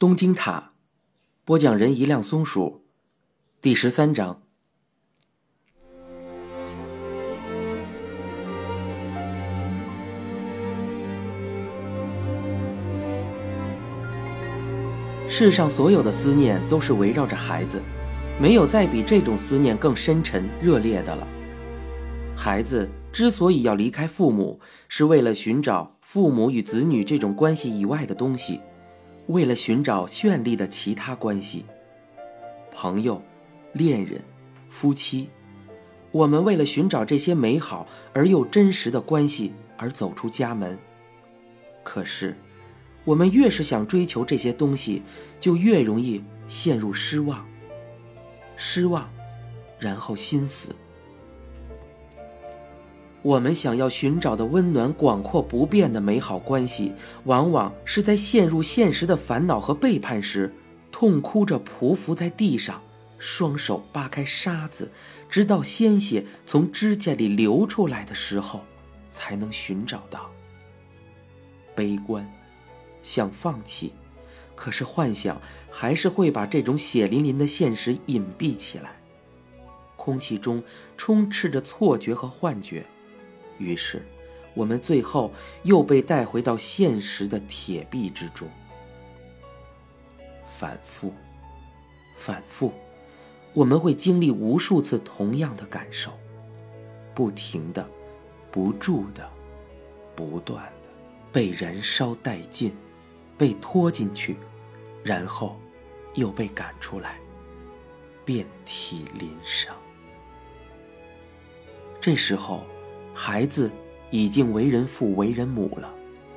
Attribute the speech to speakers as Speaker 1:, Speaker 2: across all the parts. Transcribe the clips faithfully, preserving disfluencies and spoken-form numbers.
Speaker 1: 东京塔，播讲人一辆松鼠，第十三章。世上所有的思念都是围绕着孩子，没有再比这种思念更深沉热烈的了。孩子之所以要离开父母，是为了寻找父母与子女这种关系以外的东西，为了寻找绚丽的其他关系，朋友、恋人、夫妻。我们为了寻找这些美好而又真实的关系而走出家门。可是我们越是想追求这些东西，就越容易陷入失望，失望，然后心死。我们想要寻找的温暖、广阔、不变的美好关系，往往是在陷入现实的烦恼和背叛时，痛哭着匍匐在地上，双手扒开沙子，直到鲜血从指甲里流出来的时候，才能寻找到。悲观，想放弃，可是幻想还是会把这种血淋淋的现实隐蔽起来。空气中充斥着错觉和幻觉，于是我们最后又被带回到现实的铁壁之中。反复，反复，我们会经历无数次同样的感受，不停的、不住的、不断的被燃烧殆尽，被拖进去，然后又被赶出来，遍体鳞伤。这时候孩子已经为人父为人母了。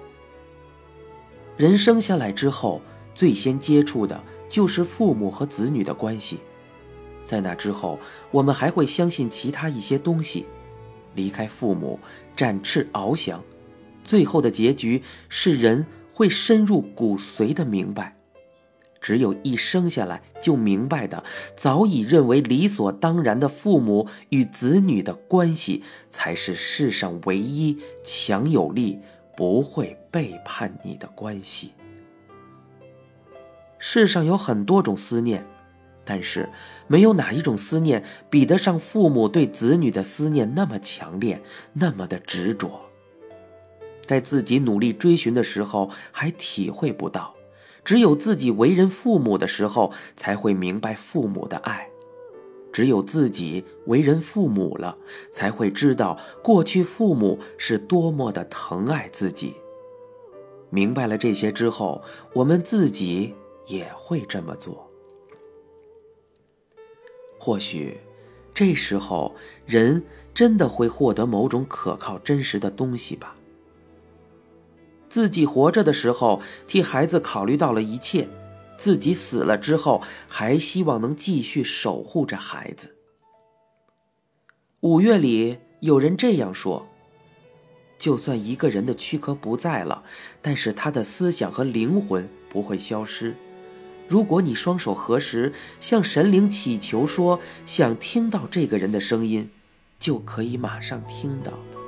Speaker 1: 人生下来之后，最先接触的就是父母和子女的关系，在那之后我们还会相信其他一些东西，离开父母，展翅翱翔，最后的结局是人会深入骨髓的明白，只有一生下来就明白的，早已认为理所当然的父母与子女的关系，才是世上唯一强有力、不会背叛你的关系。世上有很多种思念，但是没有哪一种思念比得上父母对子女的思念那么强烈，那么的执着。在自己努力追寻的时候还体会不到，只有自己为人父母的时候才会明白父母的爱，只有自己为人父母了，才会知道过去父母是多么的疼爱自己。明白了这些之后，我们自己也会这么做。或许这时候人真的会获得某种可靠真实的东西吧。自己活着的时候替孩子考虑到了一切，自己死了之后还希望能继续守护着孩子。五月里有人这样说，就算一个人的躯壳不在了，但是他的思想和灵魂不会消失。如果你双手合十，向神灵祈求说想听到这个人的声音，就可以马上听到的。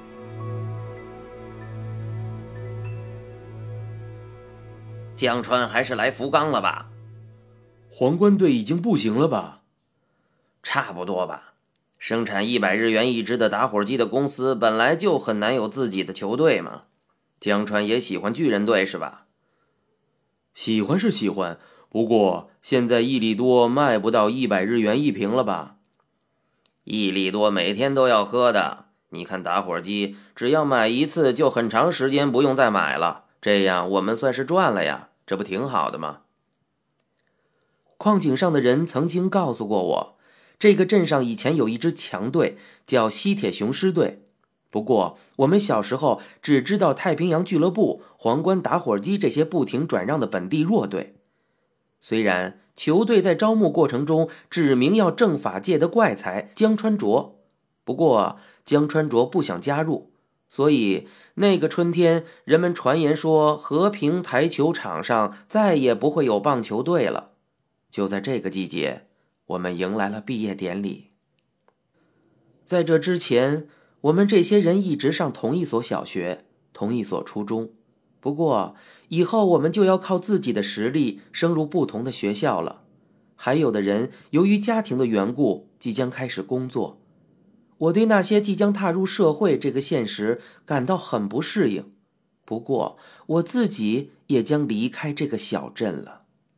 Speaker 2: 江川还是来福冈了吧？
Speaker 1: 皇冠队已经不行了吧？
Speaker 2: 差不多吧。生产一百日元一支的打火机的公司本来就很难有自己的球队嘛。江川也喜欢巨人队是吧？
Speaker 1: 喜欢是喜欢，不过现在益力多卖不到一百日元一瓶了吧？
Speaker 2: 益力多每天都要喝的，你看打火机只要买一次就很长时间不用再买了，这样我们算是赚了呀，这不挺好的吗？
Speaker 1: 矿井上的人曾经告诉过我，这个镇上以前有一支强队叫西铁雄狮队，不过我们小时候只知道太平洋俱乐部、皇冠打火机这些不停转让的本地弱队。虽然球队在招募过程中指明要政法界的怪才江川卓，不过江川卓不想加入，所以那个春天人们传言说和平台球场上再也不会有棒球队了。就在这个季节，我们迎来了毕业典礼。在这之前，我们这些人一直上同一所小学，同一所初中， 不过以后我们就要靠自己的实力升入不同的学校了，还有的人由于家庭的缘故即将开始工作。我对那些即将踏入社会这个现实感到很不适应，不过我自己也将离开这个小镇了。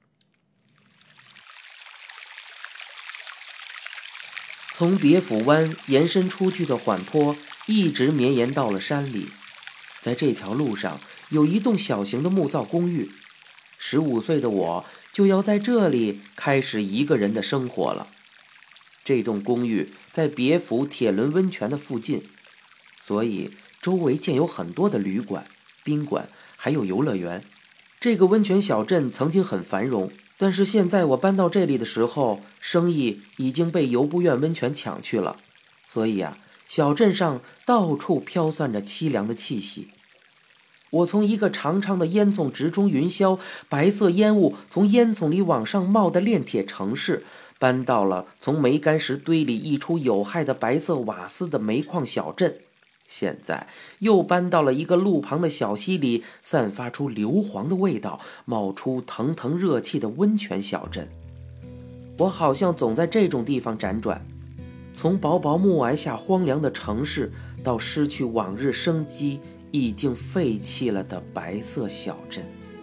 Speaker 1: 从别府湾延伸出去的缓坡一直绵延到了山里，在这条路上有一栋小型的木造公寓，十五岁的我就要在这里开始一个人的生活了。这栋公寓在别府铁轮温泉的附近，所以周围建有很多的旅馆、宾馆，还有游乐园。这个温泉小镇曾经很繁荣，但是现在我搬到这里的时候，生意已经被游步院温泉抢去了，所以啊，小镇上到处飘散着凄凉的气息。我从一个长长的烟囱直冲云霄，白色烟雾从烟囱里往上冒的炼铁城市，搬到了从煤矸石堆里溢出有害的白色瓦斯的煤矿小镇，现在又搬到了一个路旁的小溪里，散发出硫磺的味道，冒出腾腾热气的温泉小镇。我好像总在这种地方辗转，从薄薄暮霭下荒凉的城市，到失去往日生机已经废弃了的白色小镇。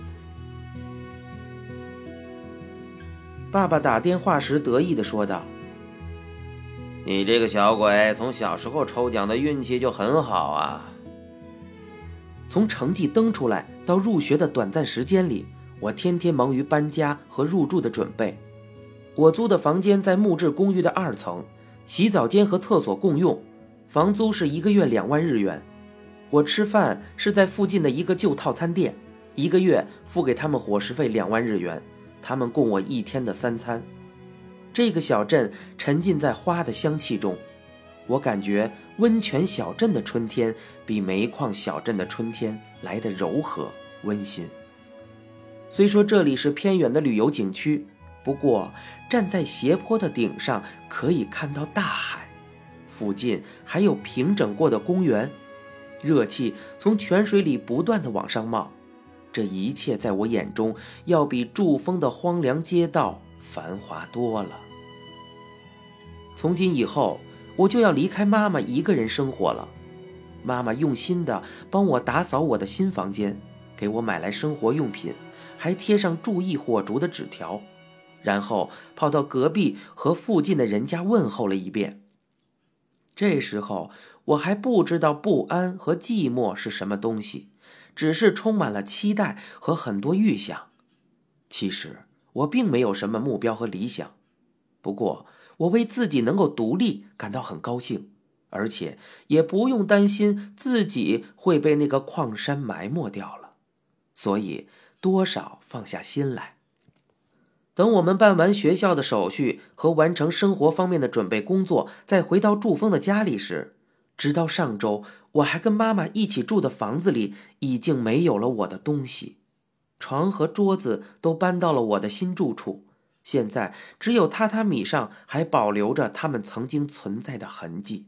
Speaker 1: 爸爸打电话时得意地说道：
Speaker 2: 你这个小鬼从小时候抽奖的运气就很好啊。
Speaker 1: 从成绩登出来到入学的短暂时间里，我天天忙于搬家和入住的准备。我租的房间在木质公寓的二层，洗澡间和厕所共用，房租是一个月两万日元。我吃饭是在附近的一个旧套餐店，一个月付给他们伙食费两万日元，他们供我一天的三餐。这个小镇沉浸在花的香气中，我感觉温泉小镇的春天比煤矿小镇的春天来得柔和温馨。虽说这里是偏远的旅游景区，不过站在斜坡的顶上可以看到大海，附近还有平整过的公园，热气从泉水里不断地往上冒，这一切在我眼中要比筑风的荒凉街道繁华多了。从今以后，我就要离开妈妈一个人生活了。妈妈用心地帮我打扫我的新房间，给我买来生活用品，还贴上注意火烛的纸条，然后跑到隔壁和附近的人家问候了一遍。这时候我还不知道不安和寂寞是什么东西，只是充满了期待和很多预想。其实我并没有什么目标和理想，不过我为自己能够独立感到很高兴，而且也不用担心自己会被那个矿山埋没掉了，所以多少放下心来。等我们办完学校的手续和完成生活方面的准备工作，再回到祝峰的家里时，直到上周我还跟妈妈一起住的房子里已经没有了我的东西，床和桌子都搬到了我的新住处，现在只有榻榻米上还保留着他们曾经存在的痕迹。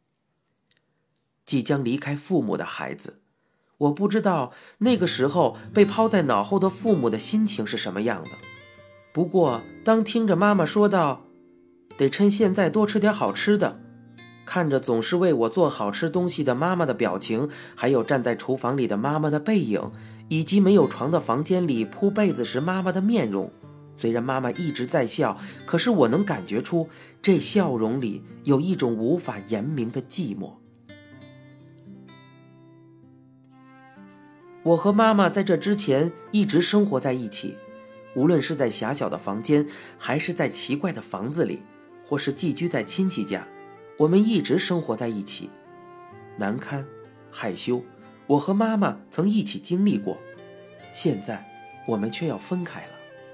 Speaker 1: 即将离开父母的孩子，我不知道那个时候被抛在脑后的父母的心情是什么样的。不过当听着妈妈说道得趁现在多吃点好吃的，看着总是为我做好吃东西的妈妈的表情，还有站在厨房里的妈妈的背影，以及没有床的房间里铺被子时妈妈的面容，虽然妈妈一直在笑，可是我能感觉出这笑容里有一种无法言明的寂寞。我和妈妈在这之前一直生活在一起，无论是在狭小的房间，还是在奇怪的房子里，或是寄居在亲戚家，我们一直生活在一起。难堪、害羞，我和妈妈曾一起经历过，现在我们却要分开了。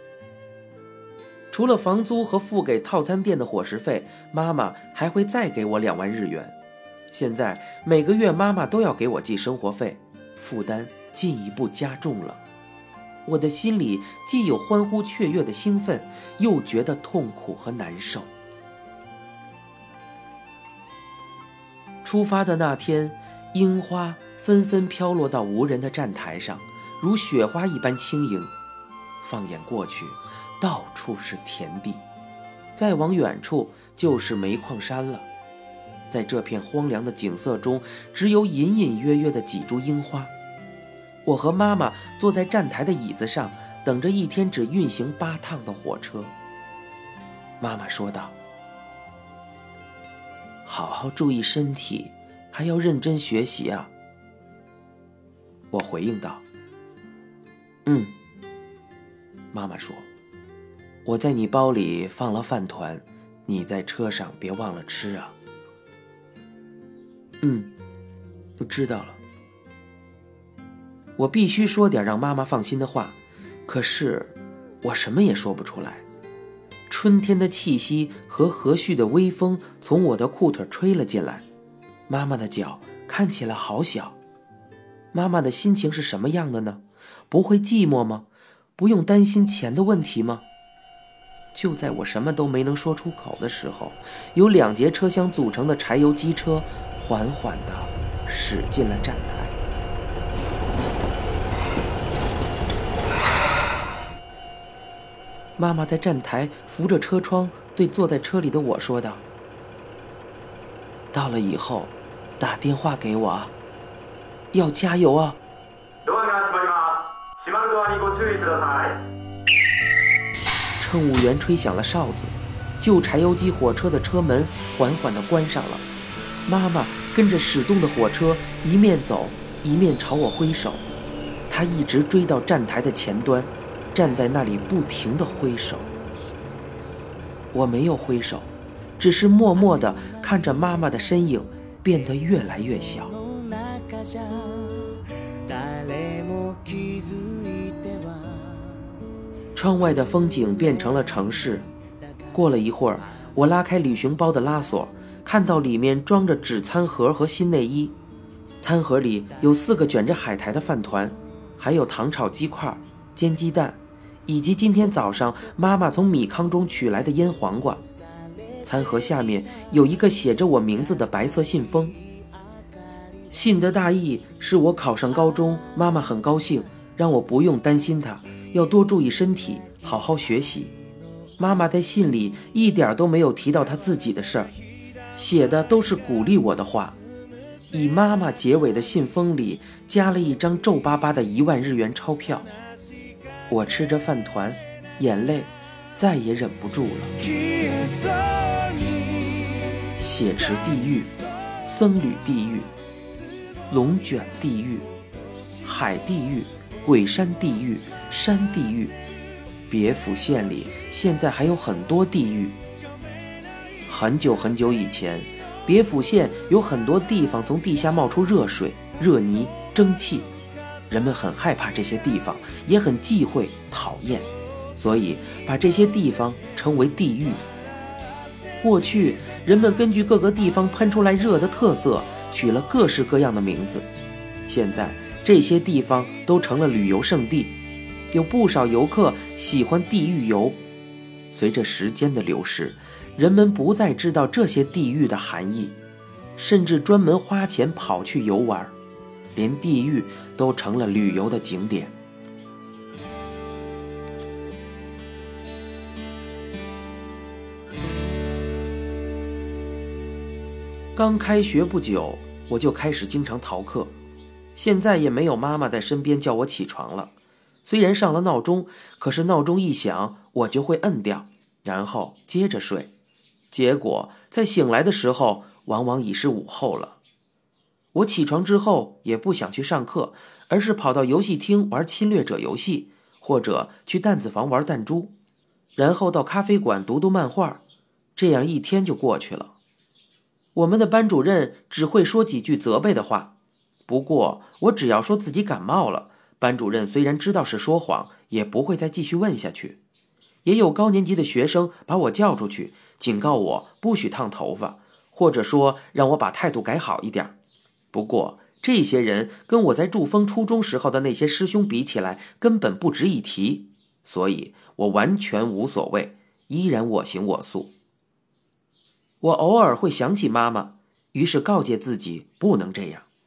Speaker 1: 除了房租和付给套餐店的伙食费，妈妈还会再给我两万日元。现在每个月妈妈都要给我寄生活费，负担进一步加重了。我的心里既有欢呼雀跃的兴奋，又觉得痛苦和难受。出发的那天，樱花纷纷飘落到无人的站台上， 如雪花一般轻盈。放眼过去，到处是田地，再往远处就是煤矿山了。在这片荒凉的景色中，只有隐隐约约的几株樱花。我和妈妈坐在站台的椅子上，等着一天只运行八趟的火车。妈妈说道：好好注意身体，还要认真学习啊。我回应道：嗯。妈妈说：我在你包里放了饭团，你在车上别忘了吃啊。嗯，我知道了。我必须说点让妈妈放心的话，可是我什么也说不出来。春天的气息和和煦的微风从我的裤腿吹了进来，妈妈的脚看起来好小。妈妈的心情是什么样的呢？不会寂寞吗？不用担心钱的问题吗？就在我什么都没能说出口的时候，由两节车厢组成的柴油机车缓缓地驶进了站台。妈妈在站台扶着车窗，对坐在车里的我说道：到了以后打电话给我啊，要加油啊。乘务员吹响了哨子，旧柴油机火车的车门缓缓地关上了。妈妈跟着驶动的火车一面走一面朝我挥手，她一直追到站台的前端，站在那里不停地挥手。我没有挥手，只是默默地看着妈妈的身影变得越来越小。窗外的风景变成了城市。过了一会儿，我拉开旅行包的拉锁，看到里面装着纸餐盒和新内衣。餐盒里有四个卷着海苔的饭团，还有糖炒鸡块、煎鸡蛋，以及今天早上妈妈从米糠中取来的腌黄瓜。餐盒下面有一个写着我名字的白色信封。信的大意是我考上高中，妈妈很高兴，让我不用担心她，要多注意身体，好好学习。妈妈在信里一点都没有提到她自己的事儿，写的都是鼓励我的话。以妈妈结尾的信封里加了一张皱巴巴的一万日元钞票。我吃着饭团，眼泪再也忍不住了。血池地狱、僧侣地狱、龙卷地狱、海地狱、鬼山地狱、山地狱。别府县里现在还有很多地狱。很久很久以前，别府县有很多地方从地下冒出热水、热泥、蒸汽，人们很害怕这些地方，也很忌讳、讨厌，所以把这些地方称为地狱。过去人们根据各个地方喷出来热的特色，取了各式各样的名字。现在这些地方都成了旅游胜地，有不少游客喜欢地狱游。随着时间的流逝，人们不再知道这些地狱的含义，甚至专门花钱跑去游玩，连地狱都成了旅游的景点。刚开学不久，我就开始经常逃课，现在也没有妈妈在身边叫我起床了。虽然上了闹钟，可是闹钟一响，我就会摁掉，然后接着睡。结果在醒来的时候，往往已是午后了。我起床之后也不想去上课，而是跑到游戏厅玩侵略者游戏，或者去弹子房玩弹珠，然后到咖啡馆读读漫画，这样一天就过去了。我们的班主任只会说几句责备的话，不过我只要说自己感冒了，班主任虽然知道是说谎，也不会再继续问下去。也有高年级的学生把我叫出去，警告我不许烫头发，或者说让我把态度改好一点。不过这些人跟我在祝丰初中时候的那些师兄比起来，根本不值一提，所以我完全无所谓，依然我行我素。我偶尔会想起妈妈，于是告诫自己不能这样。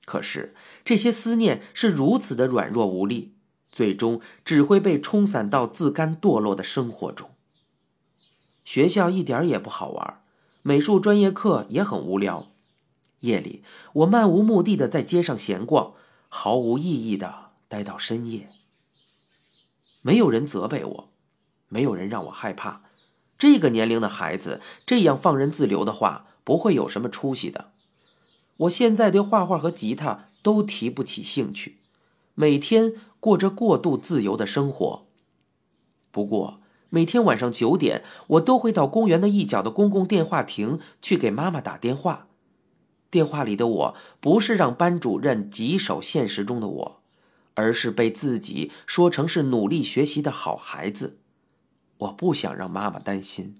Speaker 1: 可是这些思念是如此的软弱无力，最终只会被冲散到自甘堕落的生活中。学校一点也不好玩，美术专业课也很无聊。夜里，我漫无目的的在街上闲逛，毫无意义的待到深夜。没有人责备我，没有人让我害怕。这个年龄的孩子这样放任自流的话，不会有什么出息的。我现在对画画和吉他都提不起兴趣，每天过着过度自由的生活。不过每天晚上九点，我都会到公园的一角的公共电话亭去给妈妈打电话。电话里的我不是让班主任棘手现实中的我，而是被自己说成是努力学习的好孩子。我不想让妈妈担心。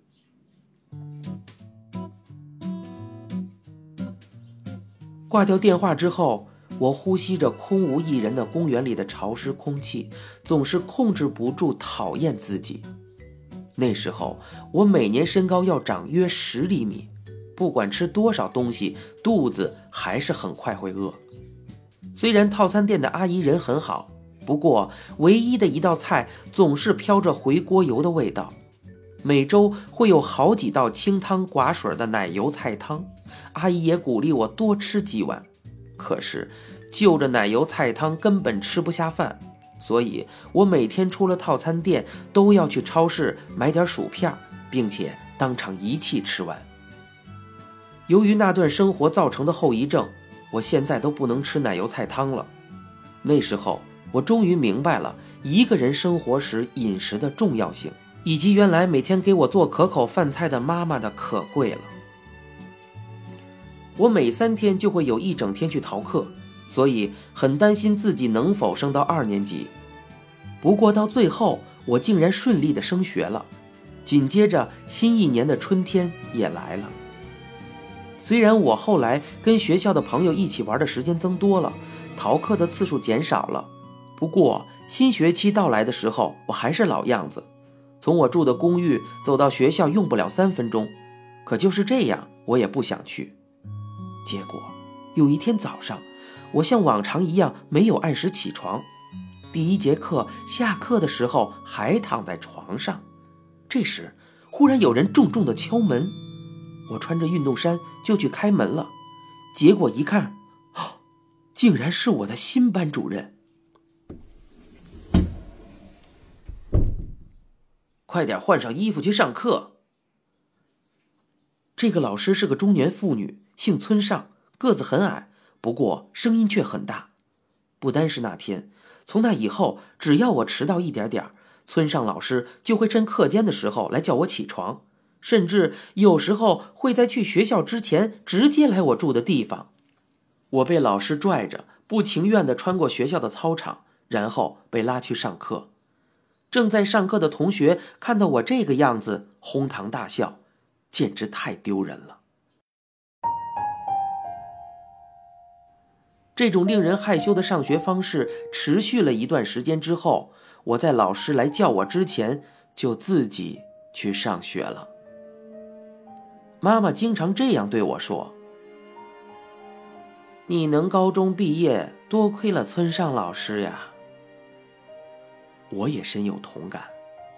Speaker 1: 挂掉电话之后，我呼吸着空无一人的公园里的潮湿空气，总是控制不住讨厌自己。那时候我每年身高要长约十厘米，不管吃多少东西，肚子还是很快会饿。虽然套餐店的阿姨人很好，不过唯一的一道菜总是飘着回锅油的味道。每周会有好几道清汤寡水的奶油菜汤，阿姨也鼓励我多吃几碗。可是就着奶油菜汤根本吃不下饭，所以我每天出了套餐店都要去超市买点薯片，并且当场一气吃完。由于那段生活造成的后遗症，我现在都不能吃奶油菜汤了。那时候我终于明白了一个人生活时饮食的重要性，以及原来每天给我做可口饭菜的妈妈的可贵了。我每三天就会有一整天去逃课，所以很担心自己能否升到二年级。不过到最后，我竟然顺利的升学了。紧接着新一年的春天也来了。虽然我后来跟学校的朋友一起玩的时间增多了，逃课的次数减少了，不过新学期到来的时候，我还是老样子。从我住的公寓走到学校用不了三分钟，可就是这样，我也不想去。结果有一天早上，我像往常一样没有按时起床。第一节课下课的时候还躺在床上，这时忽然有人重重地敲门。我穿着运动衫就去开门了，结果一看，啊，竟然是我的新班主任。快点换上衣服去上课。这个老师是个中年妇女，姓村上，个子很矮，不过声音却很大。不单是那天，从那以后，只要我迟到一点点，村上老师就会趁课间的时候来叫我起床，甚至有时候会在去学校之前直接来我住的地方。我被老师拽着，不情愿地穿过学校的操场，然后被拉去上课。正在上课的同学看到我这个样子，哄堂大笑，简直太丢人了。这种令人害羞的上学方式持续了一段时间之后，我在老师来叫我之前就自己去上学了。妈妈经常这样对我说：你能高中毕业，多亏了村上老师呀。我也深有同感。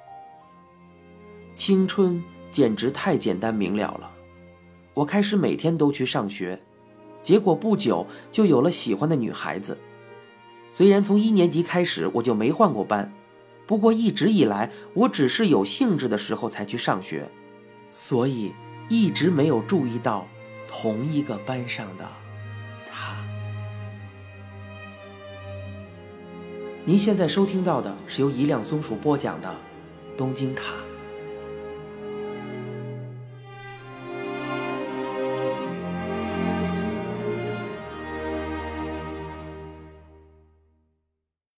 Speaker 1: 青春简直太简单明了了。我开始每天都去上学，结果不久就有了喜欢的女孩子。虽然从一年级开始我就没换过班，不过一直以来我只是有兴致的时候才去上学，所以一直没有注意到同一个班上的她。您现在收听到的是由一辆松鼠播讲的《东京塔》。